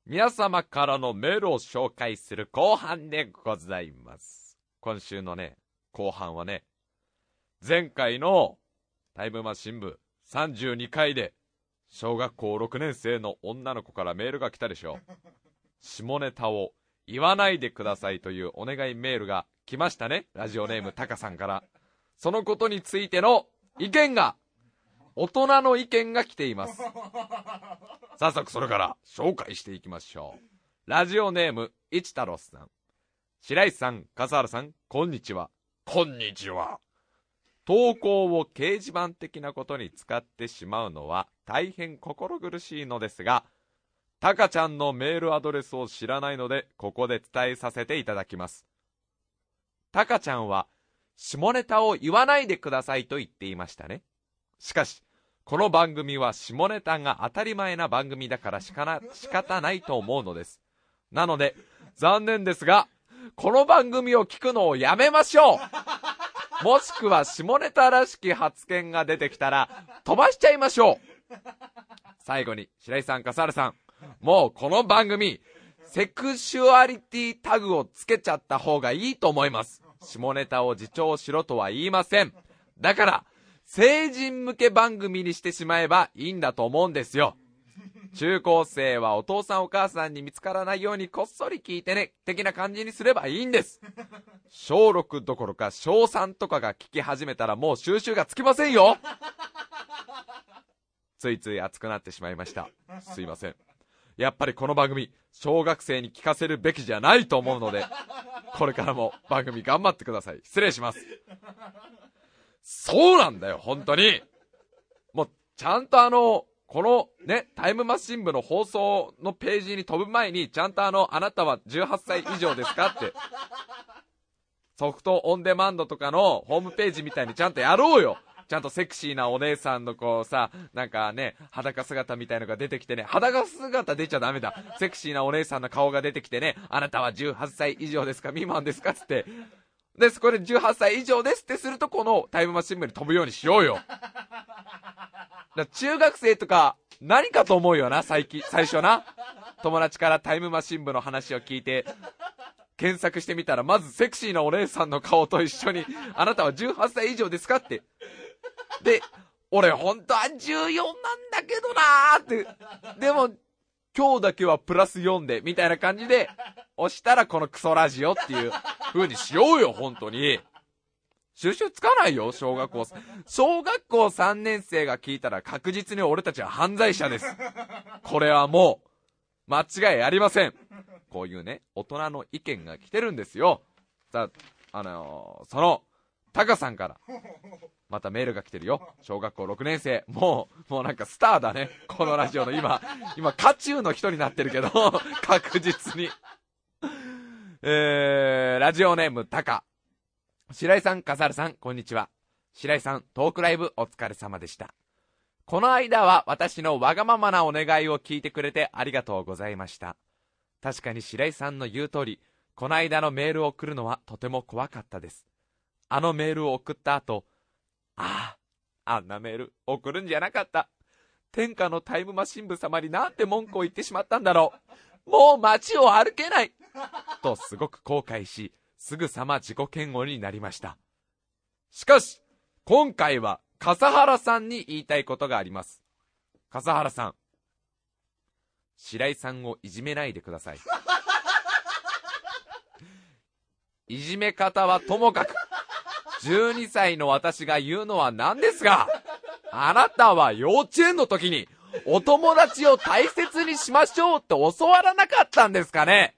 皆様からのメールを紹介する後半でございます。今週のね、後半はね、前回のタイムマシン部32回で小学校6年生の女の子からメールが来たでしょ。下ネタを言わないでくださいというお願いメールが来ましたね。ラジオネームタカさんから。そのことについての意見が、大人の意見が来ています。早速それから紹介していきましょう。ラジオネーム一太郎さん、白石さん、笠原さん、こんにちは。こんにちは。投稿を掲示板的なことに使ってしまうのは大変心苦しいのですが、タカちゃんのメールアドレスを知らないのでここで伝えさせていただきます。タカちゃんは下ネタを言わないでくださいと言っていましたね。しかしこの番組は下ネタが当たり前な番組だから仕方ないと思うのです。なので残念ですが、この番組を聞くのをやめましょう。もしくは下ネタらしき発言が出てきたら飛ばしちゃいましょう。最後に白井さん、笠原さん、もうこの番組セクシュアリティタグをつけちゃった方がいいと思います。下ネタを自重しろとは言いません。だから成人向け番組にしてしまえばいいんだと思うんですよ。中高生はお父さんお母さんに見つからないようにこっそり聞いてね的な感じにすればいいんです。小6どころか小3とかが聞き始めたらもう収集がつきませんよ。ついつい熱くなってしまいました。すいません。やっぱりこの番組小学生に聞かせるべきじゃないと思うので、これからも番組頑張ってください。失礼します。そうなんだよ、本当に。もうちゃんとこのね、タイムマシン部の放送のページに飛ぶ前にちゃんとあなたは18歳以上ですかってソフトオンデマンドとかのホームページみたいにちゃんとやろうよ。ちゃんとセクシーなお姉さんのこうさ、なんかね、裸姿みたいのが出てきてね、裸姿出ちゃダメだ。セクシーなお姉さんの顔が出てきてね、あなたは18歳以上ですか未満ですかつって、でそこで18歳以上ですってすると、このタイムマシン部に飛ぶようにしようよ。だ中学生とか何かと思うよな。最初な、友達からタイムマシン部の話を聞いて検索してみたら、まずセクシーなお姉さんの顔と一緒にあなたは18歳以上ですかって、で俺本当は14なんだけどなーって、でも今日だけはプラス4でみたいな感じで押したら、このクソラジオっていう風にしようよ。本当に収集つかないよ。小学校3年生が聞いたら確実に俺たちは犯罪者です。これはもう間違いありません。こういうね、大人の意見が来てるんですよ。さあ、そのタカさんからまたメールが来てるよ。小学校6年生、もうなんかスターだね、このラジオの今渦中の人になってるけど確実にラジオネームタカ。白井さん、笠原さん、こんにちは。白井さん、トークライブお疲れ様でした。この間は私のわがままなお願いを聞いてくれてありがとうございました。確かに白井さんの言う通り、この間のメールを送るのはとても怖かったです。あのメールを送った後、あんなメール送るんじゃなかった。天下のタイムマシン部様になんて文句を言ってしまったんだろう。もう街を歩けないとすごく後悔し、すぐさま自己嫌悪になりました。しかし今回は笠原さんに言いたいことがあります。笠原さん、白井さんをいじめないでください。いじめ方はともかく、12歳の私が言うのは何ですが、あなたは幼稚園の時にお友達を大切にしましょうって教わらなかったんですかね。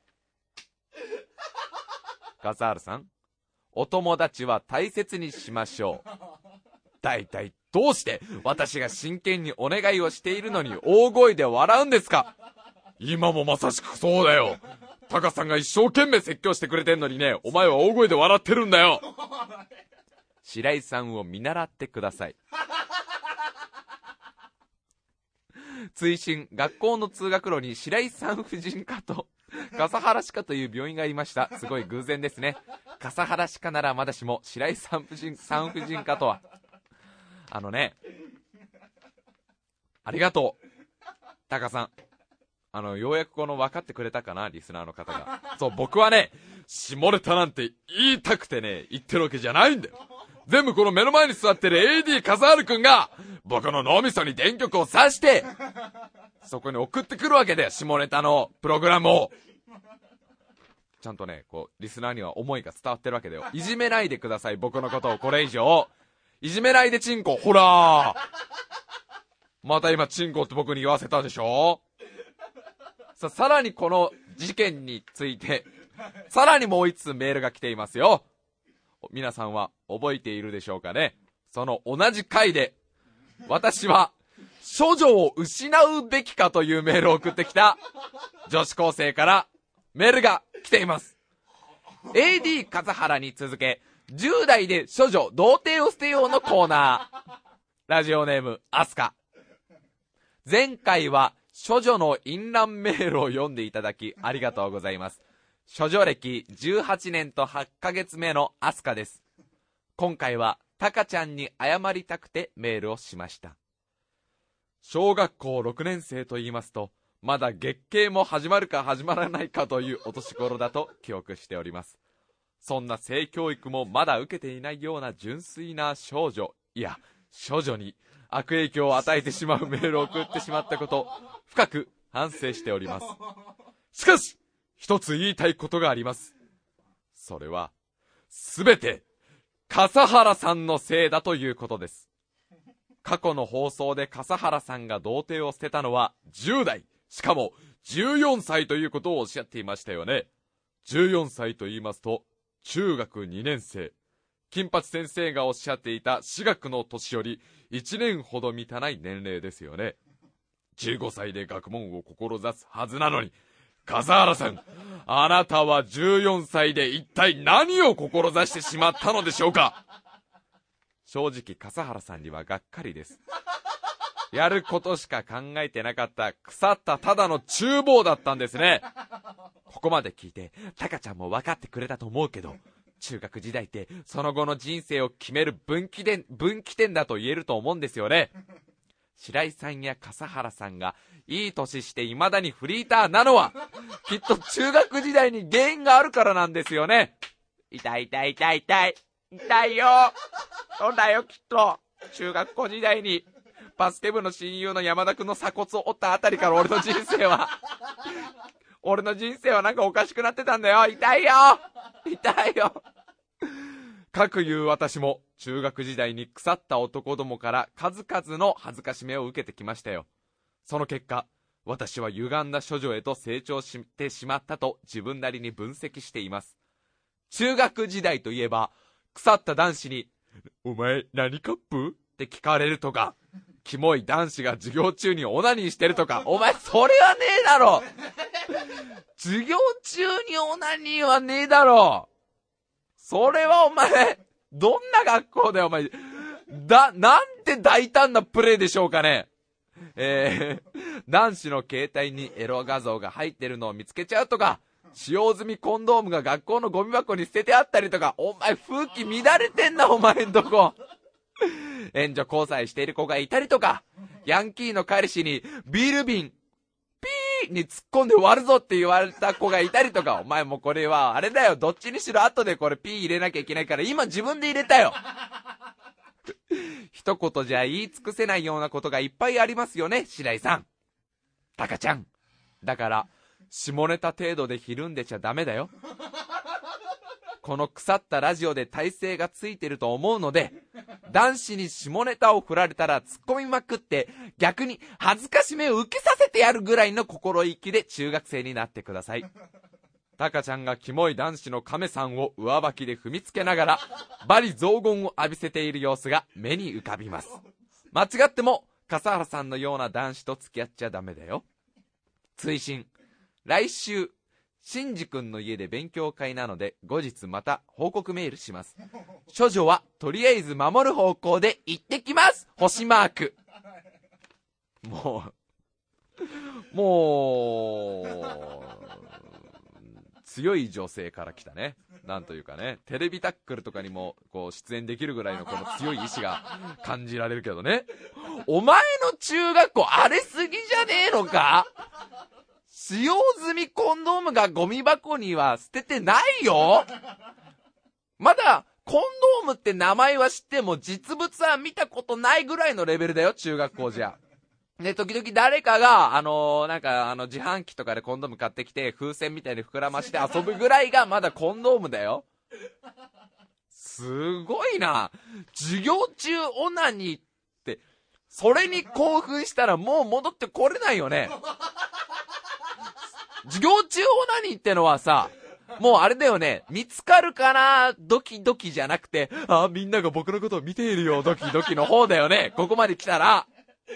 笠原さん、お友達は大切にしましょう。だいたいどうして私が真剣にお願いをしているのに大声で笑うんですか。今もまさしくそうだよ。タカさんが一生懸命説教してくれてんのにね、お前は大声で笑ってるんだよ。白井さんを見習ってください。追伸、学校の通学路に白井産婦人科と笠原歯科という病院がありました。すごい偶然ですね。笠原歯科ならまだしも白井産婦人科とは。ありがとうタカさん。 ようやくこの分かってくれたかな、リスナーの方が。そう、僕はね、下ネタなんて言いたくてね、言ってるわけじゃないんだよ。全部この目の前に座ってる AD 笠原くんが、僕の脳みそに電極を刺して、そこに送ってくるわけだよ、下ネタのプログラムを。ちゃんとね、こう、リスナーには思いが伝わってるわけだよ。いじめないでください、僕のことをこれ以上。いじめないでチンコ、ほらー。また今チンコって僕に言わせたでしょ。さらにこの事件について、さらにもう一通メールが来ていますよ。皆さんは覚えているでしょうかね。その同じ回で、私は、処女を失うべきかというメールを送ってきた女子高生からメールが来ています。AD 笠原に続け、10代で処女童貞を捨てようのコーナー。ラジオネームアスカ。前回は処女の淫乱メールを読んでいただきありがとうございます。処女歴18年と8ヶ月目のアスカです。今回はタカちゃんに謝りたくてメールをしました。小学校6年生と言いますと、まだ月経も始まるか始まらないかというお年頃だと記憶しております。そんな性教育もまだ受けていないような純粋な少女、いや処女に悪影響を与えてしまうメールを送ってしまったこと、深く反省しております。しかし一つ言いたいことがあります。それはすべて笠原さんのせいだということです。過去の放送で笠原さんが童貞を捨てたのは10代、しかも14歳ということをおっしゃっていましたよね。14歳と言いますと中学2年生、金八先生がおっしゃっていた私学の年より1年ほど満たない年齢ですよね。15歳で学問を志すはずなのに、笠原さん、あなたは14歳で一体何を志してしまったのでしょうか。正直笠原さんにはがっかりです。やることしか考えてなかった腐ったただの厨房だったんですね。ここまで聞いてタカちゃんも分かってくれたと思うけど、中学時代ってその後の人生を決める分岐点だと言えると思うんですよね。白井さんや笠原さんがいい年して未だにフリーターなのはきっと中学時代に原因があるからなんですよね。痛い痛い痛い痛い痛いよ。そうだよ、きっと中学校時代にバスケ部の親友の山田くんの鎖骨を折ったあたりから俺の人生はなんかおかしくなってたんだよ。痛いよ痛いよ。かくいう私も中学時代に腐った男どもから数々の恥ずかしめを受けてきましたよ。その結果、私は歪んだ処女へと成長してしまったと自分なりに分析しています。中学時代といえば、腐った男子にお前何カップって聞かれるとか、キモい男子が授業中にオナニーしてるとか、お前それはねえだろ。授業中にオナニーはねえだろ。それはお前どんな学校だよお前。なんて大胆なプレイでしょうかね。男子の携帯にエロ画像が入ってるのを見つけちゃうとか、使用済みコンドームが学校のゴミ箱に捨ててあったりとか、お前風紀乱れてんなお前んとこ。援助交際している子がいたりとか、ヤンキーの彼氏にビール瓶ピーに突っ込んで割るぞって言われた子がいたりとか、お前もこれはあれだよ、どっちにしろ後でこれピー入れなきゃいけないから今自分で入れたよ。一言じゃ言い尽くせないようなことがいっぱいありますよね、白井さん、タカちゃん。だから下ネタ程度でひるんでちゃダメだよ。この腐ったラジオで体勢がついてると思うので、男子に下ネタを振られたら突っ込みまくって逆に恥ずかしめを受けさせてやるぐらいの心意気で中学生になってください。タカちゃんがキモい男子の亀さんを上履きで踏みつけながら罵詈雑言を浴びせている様子が目に浮かびます。間違っても笠原さんのような男子と付き合っちゃダメだよ。追伸、来週シンジ君の家で勉強会なので後日また報告メールします。処女はとりあえず守る方向で行ってきます、星マーク。もう強い女性から来たね。なんというかね、テレビタックルとかにもこう出演できるぐらいのこの強い意志が感じられるけどね。お前の中学校荒れすぎじゃねえのか。 使用済みコンドームがゴミ箱には捨ててないよ。まだコンドームって名前は知っても実物は見たことないぐらいのレベルだよ、中学校じゃ。で、時々誰かが、自販機とかでコンドーム買ってきて、風船みたいに膨らまして遊ぶぐらいがまだコンドームだよ。すごいな。授業中オナニーって、それに興奮したらもう戻ってこれないよね。授業中オナニーってのはさ、もうあれだよね、見つかるかなドキドキじゃなくて、みんなが僕のことを見ているよドキドキの方だよね。ここまで来たら。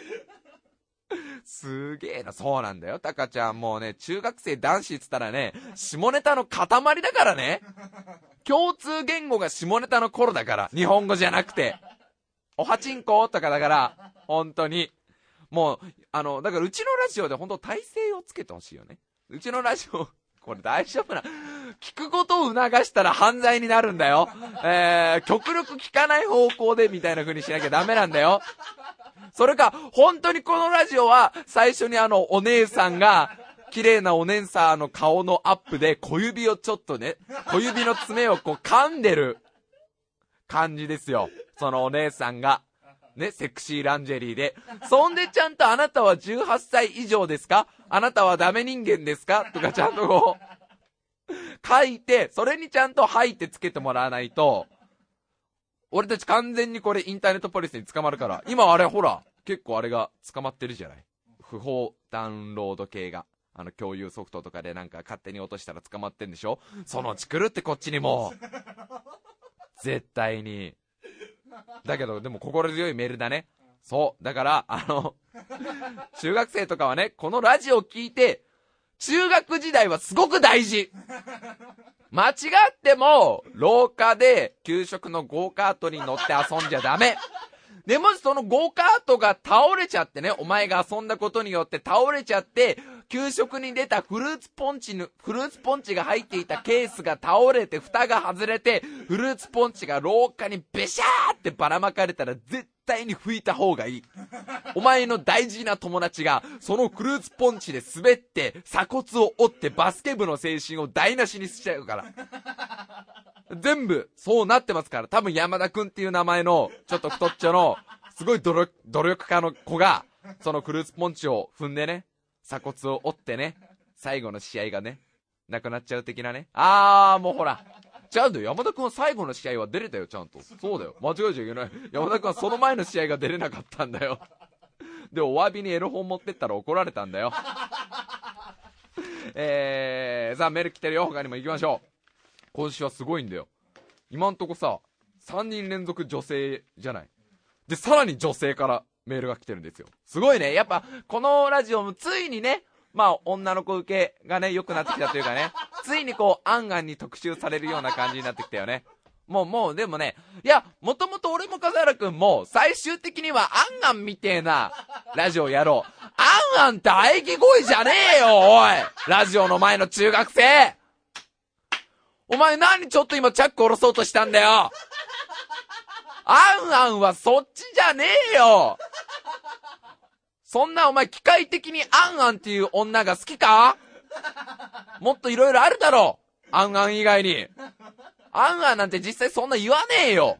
すげえな。そうなんだよ、タカちゃん。もうね、中学生男子っつったらね、下ネタの塊だからね。共通言語が下ネタの頃だから、日本語じゃなくて。おはちんことかだから、本当に。もう、だからうちのラジオで本当体勢をつけてほしいよね。うちのラジオ、これ大丈夫な。聞くことを促したら犯罪になるんだよ。極力聞かない方向でみたいな風にしなきゃダメなんだよ。それか、本当にこのラジオは、最初にお姉さんが、綺麗なお姉さんの顔のアップで、小指をちょっとね、小指の爪をこう噛んでる感じですよ。そのお姉さんが、ね、セクシーランジェリーで。そんでちゃんとあなたは18歳以上ですか？あなたはダメ人間ですか？とかちゃんとこう、書いて、それにちゃんとはいってつけてもらわないと、俺たち完全にこれインターネットポリスに捕まるから。今あれほら、結構あれが捕まってるじゃない。不法ダウンロード系が。共有ソフトとかでなんか勝手に落としたら捕まってんでしょ。そのうち来るってこっちにも。絶対に。だけど、でも心強いメールだね。そう。だから、中学生とかはね、このラジオ聞いて、中学時代はすごく大事。間違っても、廊下で給食のゴーカートに乗って遊んじゃダメ。でもしそのゴーカートが倒れちゃってね、お前が遊んだことによって倒れちゃって、給食に出たフルーツポンチが入っていたケースが倒れて、蓋が外れて、フルーツポンチが廊下にベシャーってばらまかれたら絶対に拭いた方がいい。お前の大事な友達が、そのフルーツポンチで滑って、鎖骨を折ってバスケ部の青春を台無しにしちゃうから。全部、そうなってますから。多分山田くんっていう名前の、ちょっと太っちょの、すごい努力家の子が、そのフルーツポンチを踏んでね、鎖骨を折ってね、最後の試合がね、なくなっちゃう的なね。もうほら。ちゃんと山田くんは最後の試合は出れたよ、ちゃんと。そうだよ。間違えちゃいけない。山田くんはその前の試合が出れなかったんだよ。で、お詫びにエロ本持ってったら怒られたんだよ。さあ、メール来てるよ。他にも行きましょう。今週はすごいんだよ。今んとこさ、3人連続女性じゃない。で、さらに女性からメールが来てるんですよ。すごいね。やっぱ、このラジオもついにね、女の子受けがね、良くなってきたというかね、ついにこう、アンアンに特集されるような感じになってきたよね。もう、でもね、いや、もともと俺も笠原くんも、最終的にはアンアンみてえな、ラジオやろう。アンアンって喘ぎ声じゃねえよ、おい！ラジオの前の中学生！お前何ちょっと今チャック下ろそうとしたんだよ。アンアンはそっちじゃねえよ。そんなお前機械的にアンアンっていう女が好きか？もっといろいろあるだろう。アンアン以外に。アンアンなんて実際そんな言わねえよ。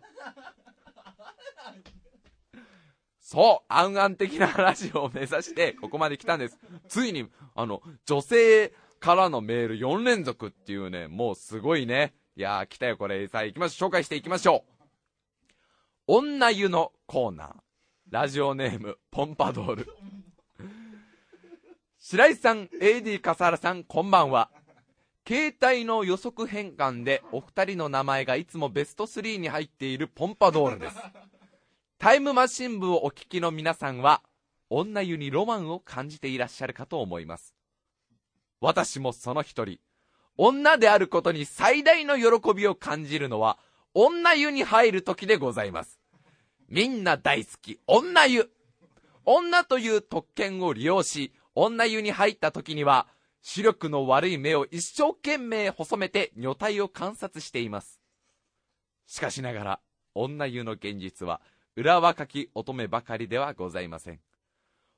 そう、アンアン的なラジオを目指してここまで来たんです。ついに女性からのメール4連続っていうね、もうすごいね。いやー来たよこれ。さあ行きましょう。紹介していきましょう。女湯のコーナー。ラジオネームポンパドール。白井さん、AD 笠原さん、こんばんは。携帯の予測変換でお二人の名前がいつもベスト3に入っているポンパドールです。タイムマシン部をお聞きの皆さんは女湯にロマンを感じていらっしゃるかと思います。私もその一人。女であることに最大の喜びを感じるのは女湯に入る時でございます。みんな大好き女湯。女という特権を利用し女湯に入った時には視力の悪い目を一生懸命細めて女体を観察しています。しかしながら女湯の現実は裏若き乙女ばかりではございません。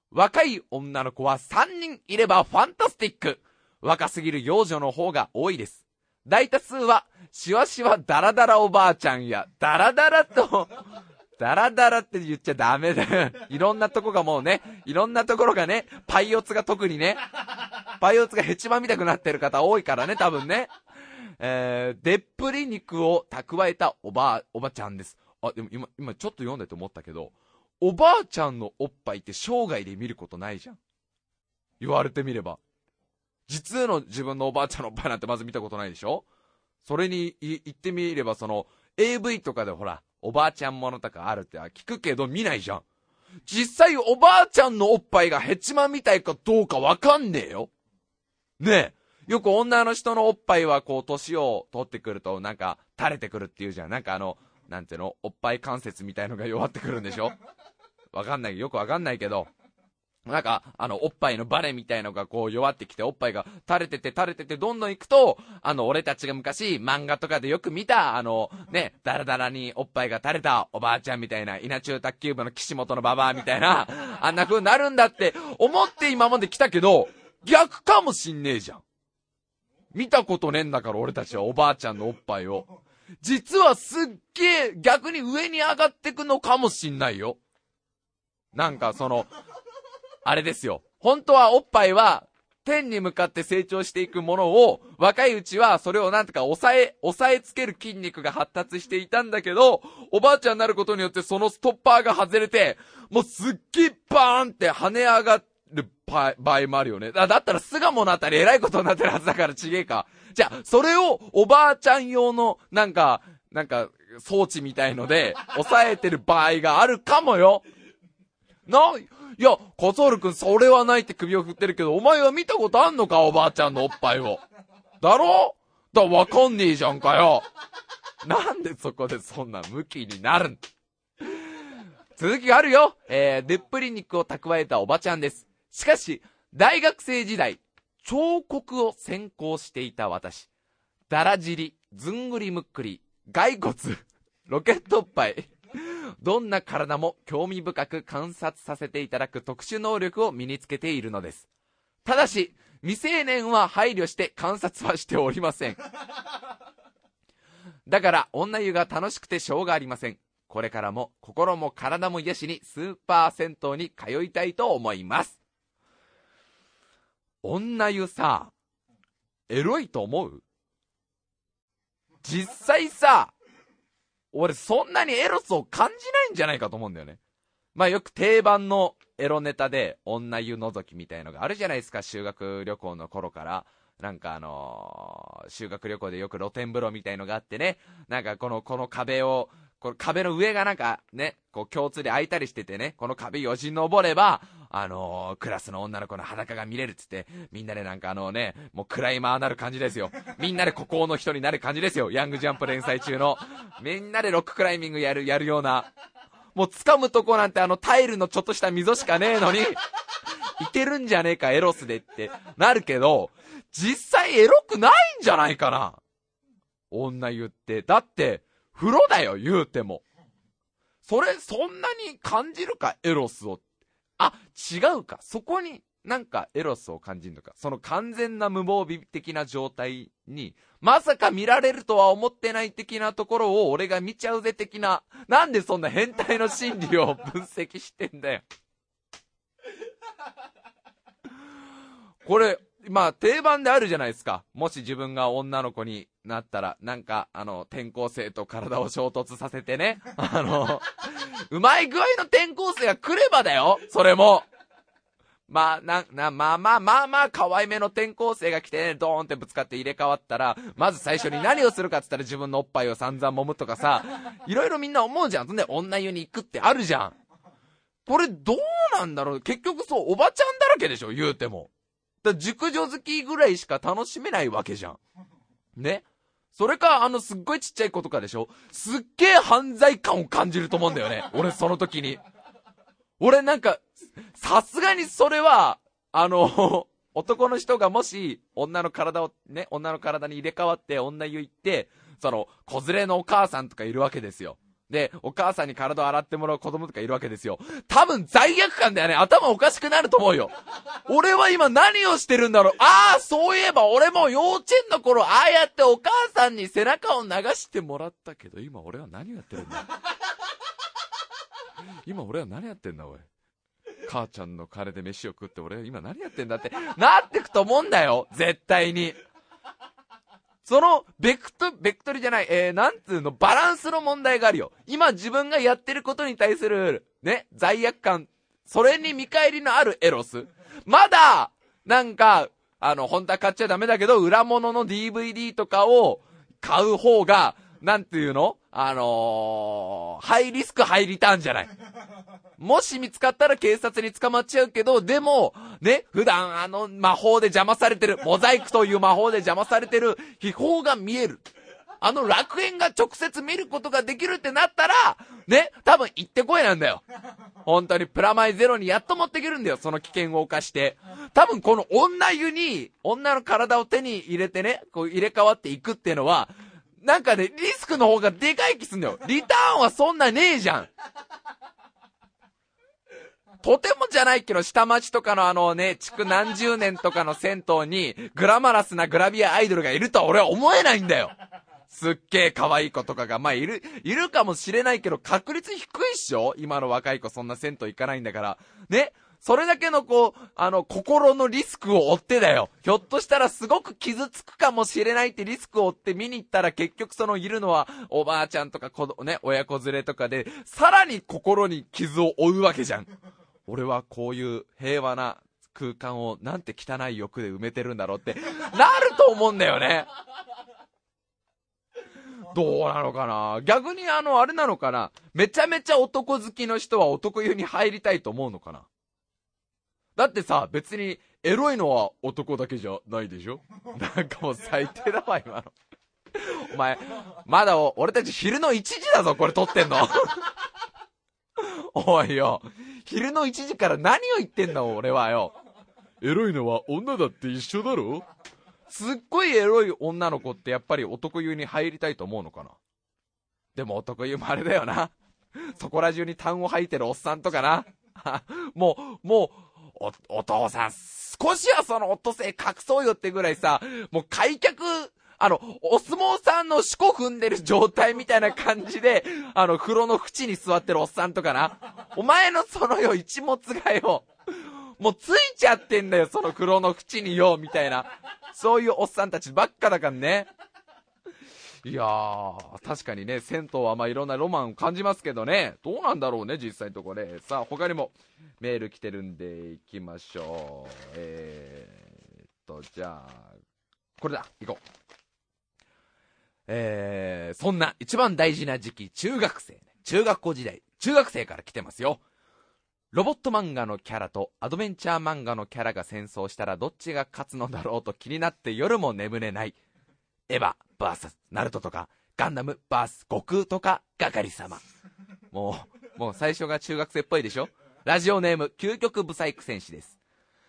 若い女の子は3人いればファンタスティック。若すぎる幼女の方が多いです。大多数は、しわしわダラダラおばあちゃんや、ダラダラって言っちゃダメだよ。いろんなとこがもうね、いろんなところがね、パイオツが特にね、パイオツがヘチマみたくなってる方多いからね、多分ね。でっぷり肉を蓄えたおばちゃんです。あ、でも今ちょっと読んでて思ったけど、おばあちゃんのおっぱいって生涯で見ることないじゃん。言われてみれば。実の自分のおばあちゃんのおっぱいなんてまず見たことないでしょ。それに言ってみれば、その AV とかでほらおばあちゃんものとかあるって聞くけど見ないじゃん。実際おばあちゃんのおっぱいがヘチマみたいかどうかわかんねえよ。ねえ、よく女の人のおっぱいはこう年を取ってくるとなんか垂れてくるっていうじゃん。なんかなんていうの、おっぱい関節みたいのが弱ってくるんでしょ。わかんない、よくわかんないけど、なんかおっぱいのバネみたいのがこう弱ってきて、おっぱいが垂れててどんどんいくと、俺たちが昔漫画とかでよく見たね、ダラダラにおっぱいが垂れたおばあちゃんみたいな、稲中卓球部の岸本のババアみたいなあんな風になるんだって思って今まで来たけど、逆かもしんねえじゃん。見たことねえんだから俺たちはおばあちゃんのおっぱいを。実はすっげえ逆に上に上がってくのかもしんないよ。なんかあれですよ。本当はおっぱいは天に向かって成長していくものを、若いうちはそれをなんとか抑えつける筋肉が発達していたんだけど、おばあちゃんになることによってそのストッパーが外れて、もうすっげえバーンって跳ね上がる場合もあるよね。だったら巣鴨のあたり偉いことになってるはずだからちげえか。じゃあ、それをおばあちゃん用のなんか装置みたいので抑えてる場合があるかもよ。いや、コソール君それはないって首を振ってるけど、お前は見たことあんのか、おばあちゃんのおっぱいを。だろ？わかんねえじゃんかよ。なんでそこでそんなムキになるん？続きがあるよ。でっぷり肉を蓄えたおばちゃんです。しかし、大学生時代、彫刻を専攻していた私。だら尻、ずんぐりむっくり、骸骨、ロケットおっぱい。どんな体も興味深く観察させていただく特殊能力を身につけているのです。ただし、未成年は配慮して観察はしておりません。だから女湯が楽しくてしょうがありません。これからも心も体も癒しにスーパー銭湯に通いたいと思います。女湯さ、エロいと思う？実際さ、俺そんなにエロスを感じないんじゃないかと思うんだよね。まあよく定番のエロネタで女湯覗きみたいのがあるじゃないですか。修学旅行の頃からなんか修学旅行でよく露天風呂みたいのがあってね、なんかこの壁の上がなんかね、こう共通で開いたりしててね、この壁よじ登ればクラスの女の子の裸が見れるっつって、みんなでなんかもうクライマーなる感じですよ。みんなで孤高の人になる感じですよ。ヤングジャンプ連載中のみんなでロッククライミングやるような、もう掴むとこなんてタイルのちょっとした溝しかねえのにいけるんじゃねえかエロスでってなるけど、実際エロくないんじゃないかな、女湯って。だって風呂だよ言うても。そんなに感じるかエロスを。違うか、そこになんかエロスを感じるのか。その完全な無防備的な状態にまさか見られるとは思ってない的なところを俺が見ちゃうぜ的な。なんでそんな変態の心理を分析してんだよ。これまあ定番であるじゃないですか。もし自分が女の子になったら、なんか転校生と体を衝突させてね、うまい具合の転校生が来ればだよ。それもまあ可愛めの転校生が来てね、ドーンってぶつかって入れ替わったら、まず最初に何をするかって言ったら自分のおっぱいを散々揉むとかさ、いろいろみんな思うじゃん。そんで女湯に行くってあるじゃん。これどうなんだろう。結局そうおばちゃんだらけでしょ言うても。だ熟女好きぐらいしか楽しめないわけじゃんね。それかすっごいちっちゃい子とかでしょ。すっげえ犯罪感を感じると思うんだよね。俺その時に俺なんかさすがにそれは男の人がもし女の体に入れ替わって女湯行って、その子連れのお母さんとかいるわけですよ。 で、お母さんに体を洗ってもらう子供とかいるわけですよ。多分罪悪感だよね。頭おかしくなると思うよ。俺は今何をしてるんだろう。そういえば俺も幼稚園の頃、ああやってお母さんに背中を流してもらったけど、今俺は何やってるんだ。今俺は何やってんだ、おい。母ちゃんの金で飯を食って俺は今何やってんだってなってくと思うんだよ。絶対に。そのベクトルじゃない、なんつうの、バランスの問題があるよ。今自分がやってることに対するね、罪悪感、それに見返りのあるエロス。まだなんか本当は買っちゃダメだけど、裏物の DVD とかを買う方がなんていうの、ハイリスクハイリターンじゃない。もし見つかったら警察に捕まっちゃうけど、でもね、普段魔法で邪魔されてる、モザイクという魔法で邪魔されてる秘宝が見える、楽園が直接見ることができるってなったらね、多分行ってこいなんだよ。本当にプラマイゼロにやっと持ってけるんだよ、その危険を冒して。多分この女湯に女の体を手に入れてね、こう入れ替わっていくっていうのはなんかね、リスクの方がでかい気すんだよ。リターンはそんなねえじゃん。とてもじゃないけど、下町とかの築何十年とかの銭湯にグラマラスなグラビアアイドルがいるとは俺は思えないんだよ。すっげえ可愛い子とかがいるかもしれないけど、確率低いっしょ。今の若い子そんな銭湯行かないんだからね。それだけの心のリスクを負ってだよ。ひょっとしたらすごく傷つくかもしれないってリスクを負って見に行ったら、結局いるのはおばあちゃんとか親子連れとかで、さらに心に傷を負うわけじゃん。俺はこういう平和な空間をなんて汚い欲で埋めてるんだろうってなると思うんだよね。どうなのかな。逆にあれなのかな。めちゃめちゃ男好きの人は男湯に入りたいと思うのかな。だってさ、別にエロいのは男だけじゃないでしょ。なんかもう最低だわ今の。お前まだ俺たち昼の1時だぞ、これ撮ってんの。おいよ、昼の1時から何を言ってんだ俺はよ。エロいのは女だって一緒だろ。すっごいエロい女の子ってやっぱり男湯に入りたいと思うのかな。でも男湯もあれだよな、そこら中に痰を吐いてるおっさんとかな。もうお父さん少しはそのオットセイ隠そうよってぐらいさ、もう開脚お相撲さんの四股踏んでる状態みたいな感じで風呂の縁に座ってるおっさんとかな。お前のその一物がよ、もうついちゃってんだよ、その風呂の縁によみたいな、そういうおっさんたちばっかだからね。いやー、確かにね、銭湯はいろんなロマンを感じますけどね。どうなんだろうね、実際のところね。さあ他にもメール来てるんでいきましょう。じゃあこれだ、行こう。そんな一番大事な時期、中学校時代、中学生から来てますよ。ロボット漫画のキャラとアドベンチャー漫画のキャラが戦争したらどっちが勝つのだろうと気になって夜も眠れない。エヴァ VS ナルトとか、ガンダム VS 悟空とか、ガカリ様。もう最初が中学生っぽいでしょ。ラジオネーム究極ブサイク戦士です。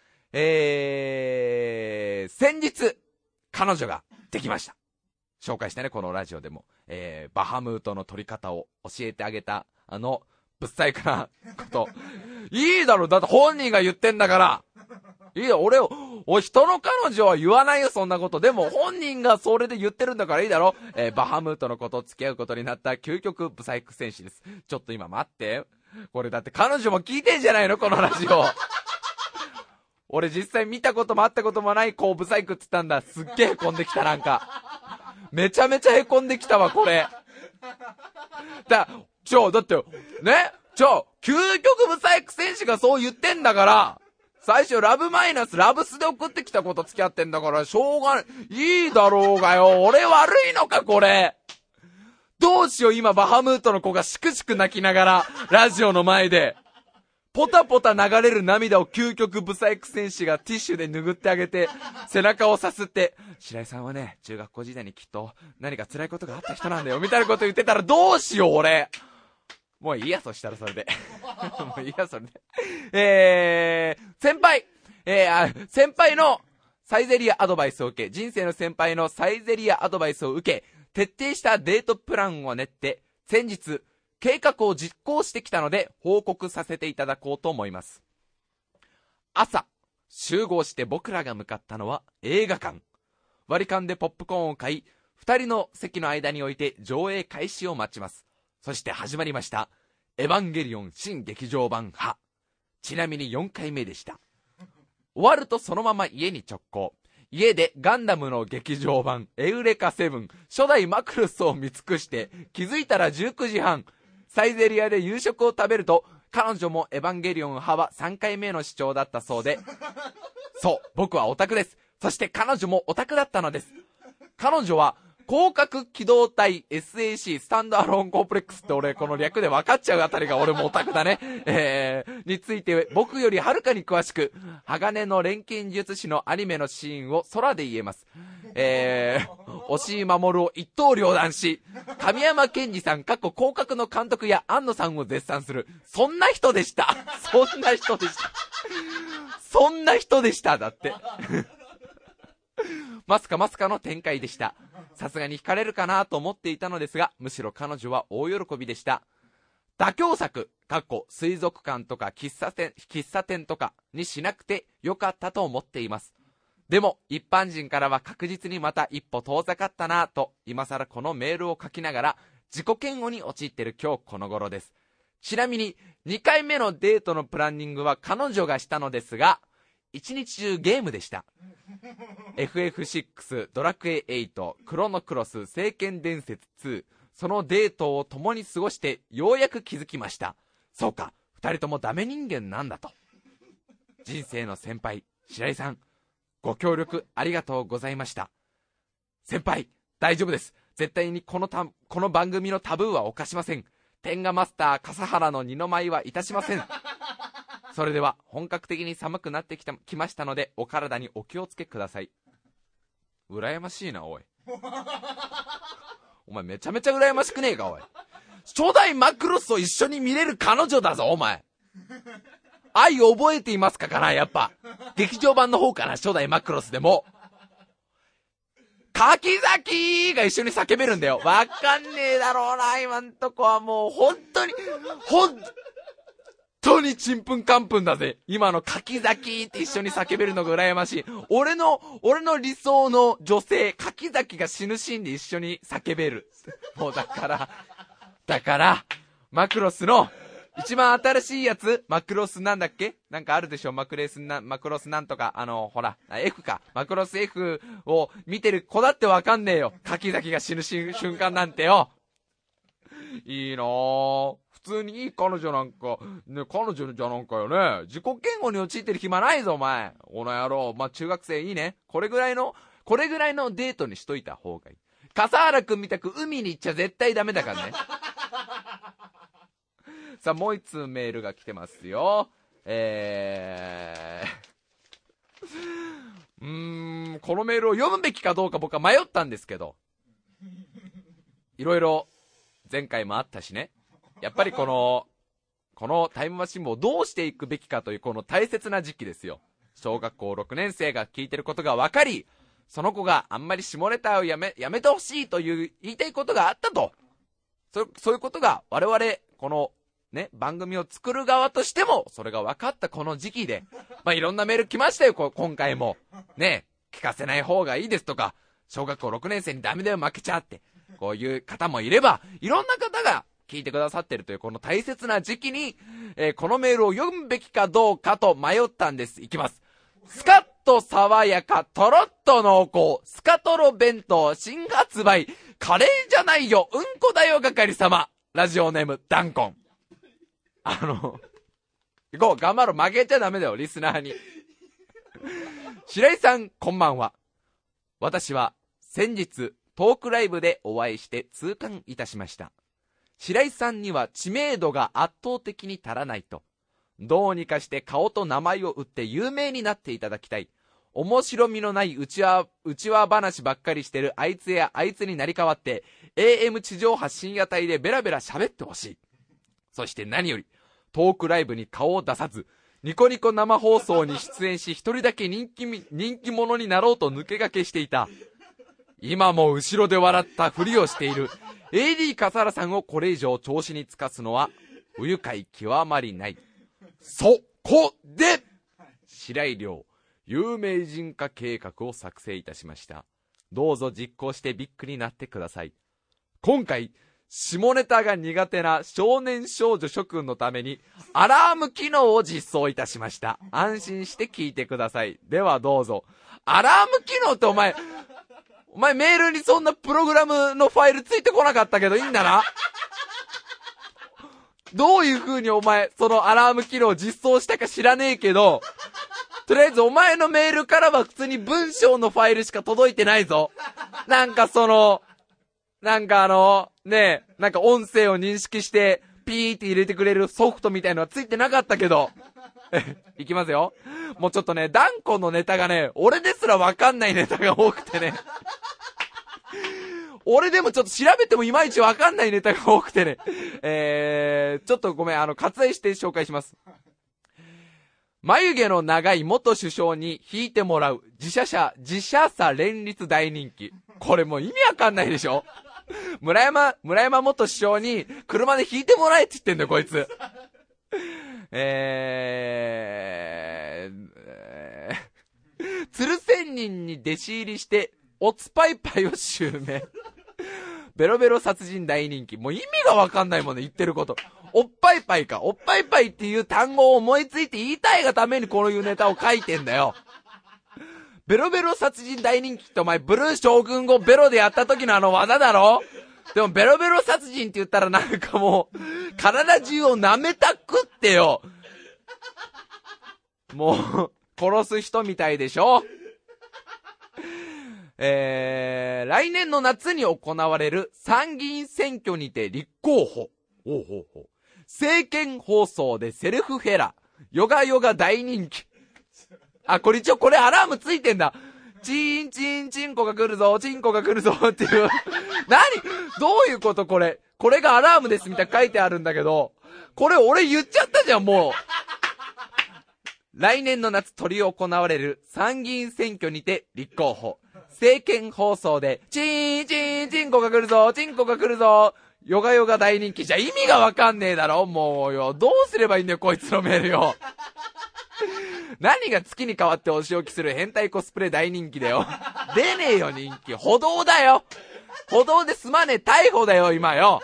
先日彼女ができました。紹介したね、このラジオでも。バハムートの取り方を教えてあげたブサイクなこといいだろ、だって本人が言ってんだから。いいよ、人の彼女は言わないよそんなこと。でも本人がそれで言ってるんだからいいだろ。バハムートのこと付き合うことになった究極ブサイク戦士です。ちょっと今待って、これだって彼女も聞いてんじゃないのこのラジオ。俺実際見たことも会ったこともない子をブサイクって言ったんだ。すっげえ凹んできた。なんかめちゃめちゃ凹んできたわこれ。だってね、究極ブサイク戦士がそう言ってんだから、最初ラブマイナスラブスで送ってきた子と付き合ってんだからしょうがない。いいだろうがよ。俺悪いのかこれ。どうしよう、今バハムートの子がしくしく泣きながらラジオの前でポタポタ流れる涙を究極ブサイク戦士がティッシュで拭ってあげて背中をさすって、白井さんはね、中学校時代にきっと何か辛いことがあった人なんだよみたいなこと言ってたらどうしよう俺。もういいや、そしたらそれでもういいやそれで。先輩のサイゼリアアドバイスを受け、人生の先輩のサイゼリアアドバイスを受け、徹底したデートプランを練って先日計画を実行してきたので報告させていただこうと思います。朝、集合して僕らが向かったのは映画館。割り勘でポップコーンを買い、2人の席の間に置いて上映開始を待ちます。そして始まりました。エヴァンゲリオン新劇場版派。ちなみに4回目でした。終わるとそのまま家に直行。家でガンダムの劇場版エウレカ7初代マクロスを見尽くして気づいたら19時半。サイゼリアで夕食を食べると彼女もエヴァンゲリオン派は3回目の視聴だったそうで、そう、僕はオタクです。そして彼女もオタクだったのです。彼女は広角機動隊 SAC スタンドアローンコンプレックスって俺この略で分かっちゃうあたりが俺もオタクだね。について僕よりはるかに詳しく、鋼の錬金術師のアニメのシーンを空で言えます。押井守を一刀両断し、神山健二さん広角の監督や庵野さんを絶賛する。そんな人でした。そんな人でした。そんな人でしただって。まさかの展開でした。さすがに惹かれるかなと思っていたのですが、むしろ彼女は大喜びでした。妥協策水族館とか喫茶店とかにしなくてよかったと思っています。でも一般人からは確実にまた一歩遠ざかったなと今更このメールを書きながら自己嫌悪に陥っている今日この頃です。ちなみに2回目のデートのプランニングは彼女がしたのですが、一日中ゲームでした。FF6、ドラクエ8、クロノクロス、聖剣伝説2、そのデートを共に過ごしてようやく気づきました。そうか、2人ともダメ人間なんだと。人生の先輩、白井さん、ご協力ありがとうございました。先輩、大丈夫です。絶対にこの番組のタブーは犯しません。天下マスター笠原の二の舞はいたしません。それでは本格的に寒くなってきましたのでお体にお気をつけください。羨ましいなおい。お前めちゃめちゃ羨ましくねえかおい。初代マクロスを一緒に見れる彼女だぞお前。愛覚えていますかな。やっぱ劇場版の方かな。初代マクロスでも柿崎が一緒に叫べるんだよ。わかんねえだろうな今んとこは。もう本当にちんぷんかんぷんだぜ。今の柿崎って一緒に叫べるのが羨ましい。俺の理想の女性柿崎が死ぬシーンで一緒に叫べる。もうだからマクロスの一番新しいやつ、マクロスなんだっけ、なんかあるでしょ。マクロスなんとか、ほら F か、マクロス F を見てる子だってわかんねえよ。柿崎が死ぬ瞬間なんてよ。いいなぁ。普通にいい彼女なんかね、彼女じゃなんかよね。自己嫌悪に陥ってる暇ないぞお前。この野郎。まあ、中学生いいね。これぐらいのデートにしといた方がいい。笠原くんみたく海に行っちゃ絶対ダメだからね。さあもう一通メールが来てますよ。このメールを読むべきかどうか僕は迷ったんですけど、いろいろ前回もあったしね。やっぱりこのタイムマシン部をどうしていくべきかというこの大切な時期ですよ。小学校6年生が聞いてることが分かり、その子があんまり下ネタをやめてほしいという言いたいことがあったと。そういうことが我々このね番組を作る側としてもそれが分かったこの時期で、まあいろんなメール来ましたよ。今回もね、聞かせない方がいいですとか、小学校6年生にダメだよ負けちゃってこういう方もいれば、いろんな方が聞いてくださってるというこの大切な時期に、このメールを読むべきかどうかと迷ったんです。いきます。スカッと爽やかとろっと濃厚スカトロ弁当新発売。カレーじゃないようんこだよ係様。ラジオネームダンコン。行こう、頑張ろう。負けちゃダメだよリスナーに。白井さんこんばんは。私は先日トークライブでお会いして痛感いたしました。白井さんには知名度が圧倒的に足らないと。どうにかして顔と名前を売って有名になっていただきたい。面白みのない内輪話ばっかりしてるあいつやあいつになり変わって AM 地上波深夜帯でベラベラ喋ってほしい。そして何よりトークライブに顔を出さずニコニコ生放送に出演し一人だけ人気者になろうと抜け駆けしていた。 今も後ろで笑ったふりをしている AD 笠原さんをこれ以上調子につかすのは不愉快極まりない。そこで白井亮有名人化計画を作成いたしました。どうぞ実行してびっくりになってください。今回下ネタが苦手な少年少女諸君のためにアラーム機能を実装いたしました。安心して聞いてください。ではどうぞ。アラーム機能ってお前メールにそんなプログラムのファイルついてこなかったけどいいんだな。どういう風にお前そのアラーム機能を実装したか知らねえけど、とりあえずお前のメールからは普通に文章のファイルしか届いてないぞ。なんかねえ、なんか音声を認識してピーって入れてくれるソフトみたいのはついてなかったけどいきますよ。もうちょっとね、ダンコのネタがね、俺ですらわかんないネタが多くてね俺でもちょっと調べてもいまいちわかんないネタが多くてねちょっとごめん、割愛して紹介します。眉毛の長い元首相に引いてもらう自社差連立大人気。これもう意味わかんないでしょ。村山元首相に車で引いてもらえって言ってんだよこいつ。鶴仙人に弟子入りしておつぱいパイを襲名。ベロベロ殺人大人気。もう意味がわかんないもんね、言ってること。おっぱいパイか。おっぱいパイっていう単語を思いついて言いたいがためにこういうネタを書いてんだよ。ベロベロ殺人大人気ってお前ブルー将軍語ベロでやった時の技だろ。でもベロベロ殺人って言ったらなんかもう体中を舐めたくってよ。もう殺す人みたいでしょ。来年の夏に行われる参議院選挙にて立候補。政見放送でセルフフェラ。ヨガヨガ大人気。これ一応これアラームついてんだ。チンチンチンコが来るぞ、チンコが来るぞっていう。どういうことこれ。これがアラームですみたいな書いてあるんだけど、これ俺言っちゃったじゃん、もう。来年の夏執り行われる参議院選挙にて立候補。政見放送で、チンチンチンコが来るぞ、チンコが来るぞ。ヨガヨガ大人気じゃ意味がわかんねえだろ、もうよ。どうすればいいんだよ、こいつのメールよ。何が月に変わってお仕置きする変態コスプレ大人気だよ。出ねえよ人気。歩道だよ。歩道で済まねえ逮捕だよ今よ。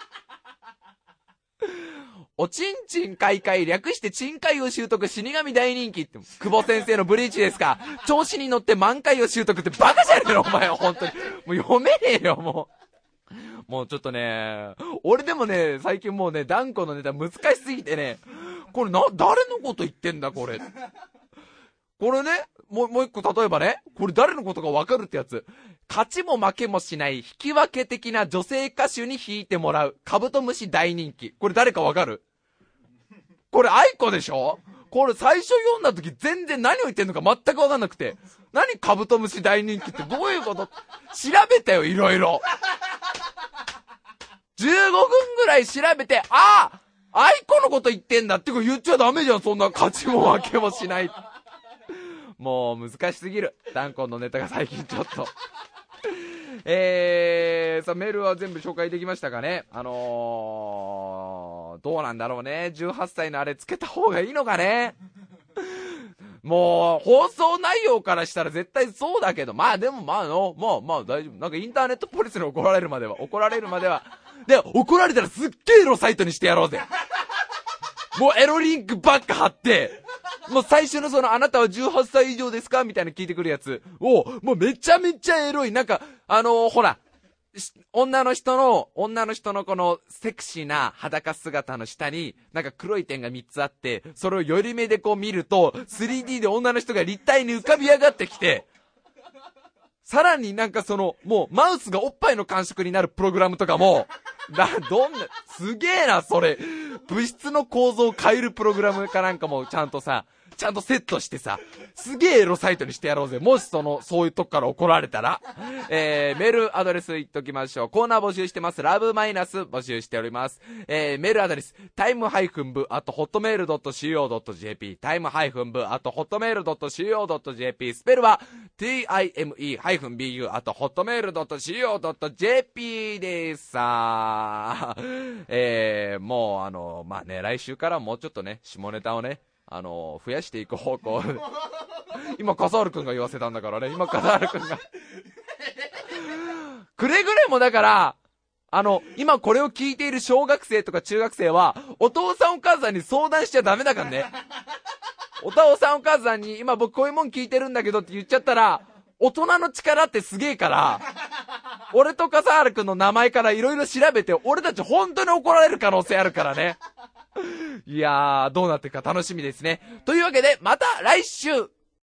おちんちん開会略してちんかいを習得死神大人気って久保先生のブリーチですか。調子に乗って満開を習得ってバカじゃねえのお前は本当に。もう読めねえよもうちょっとね、俺でもね最近もうねダンコのネタ難しすぎてね、これ誰のこと言ってんだこれ。これね、もう一個例えばね、これ誰のことか分かるってやつ。勝ちも負けもしない引き分け的な女性歌手に弾いてもらうカブトムシ大人気。これ誰か分かる？これ愛子でしょ。これ最初読んだ時全然何を言ってんのか全く分かんなくて、何カブトムシ大人気ってどういうこと？調べたよいろいろ。15分ぐらい調べて、愛子のこと言ってんだって言っちゃダメじゃん、そんな勝ちも負けもしない。もう難しすぎる。ダンコンのネタが最近ちょっと。さあメールは全部紹介できましたかね。どうなんだろうね。18歳のあれつけた方がいいのかね。もう放送内容からしたら絶対そうだけど、でも大丈夫。なんかインターネットポリスに怒られるまではで、怒られたらすっげえエロサイトにしてやろうぜ。もうエロリンクばっか貼って、もう最初のあなたは18歳以上ですかみたいな聞いてくるやつを、もうめちゃめちゃエロい。なんか、ほら、女の人のこのセクシーな裸姿の下に、なんか黒い点が3つあって、それを寄り目でこう見ると、3D で女の人が立体に浮かび上がってきて、さらになんかもうマウスがおっぱいの感触になるプログラムとかも、すげえな、それ。物質の構造を変えるプログラムかなんかもちゃんとさ、 ちゃんとセットしてさ、すげえエロサイトにしてやろうぜ。もしそういうとこから怒られたら。メールアドレス言っときましょう。コーナー募集してます。ラブマイナス募集しております。メールアドレス、time-bu@hotmail.co.jp、time-bu@hotmail.co.jp、スペルは、time-bu@hotmail.co.jp でさ。もうまあね、来週からもうちょっとね、下ネタをね、増やしていく方向今笠原くんが言わせたんだからね。今笠原くんがくれぐれもだから今これを聞いている小学生とか中学生はお父さんお母さんに相談しちゃダメだからね。お父さんお母さんに今僕こういうもん聞いてるんだけどって言っちゃったら、大人の力ってすげえから、俺と笠原くんの名前からいろいろ調べて俺たち本当に怒られる可能性あるからね。いやー、どうなってるか楽しみですね。というわけでまた来週。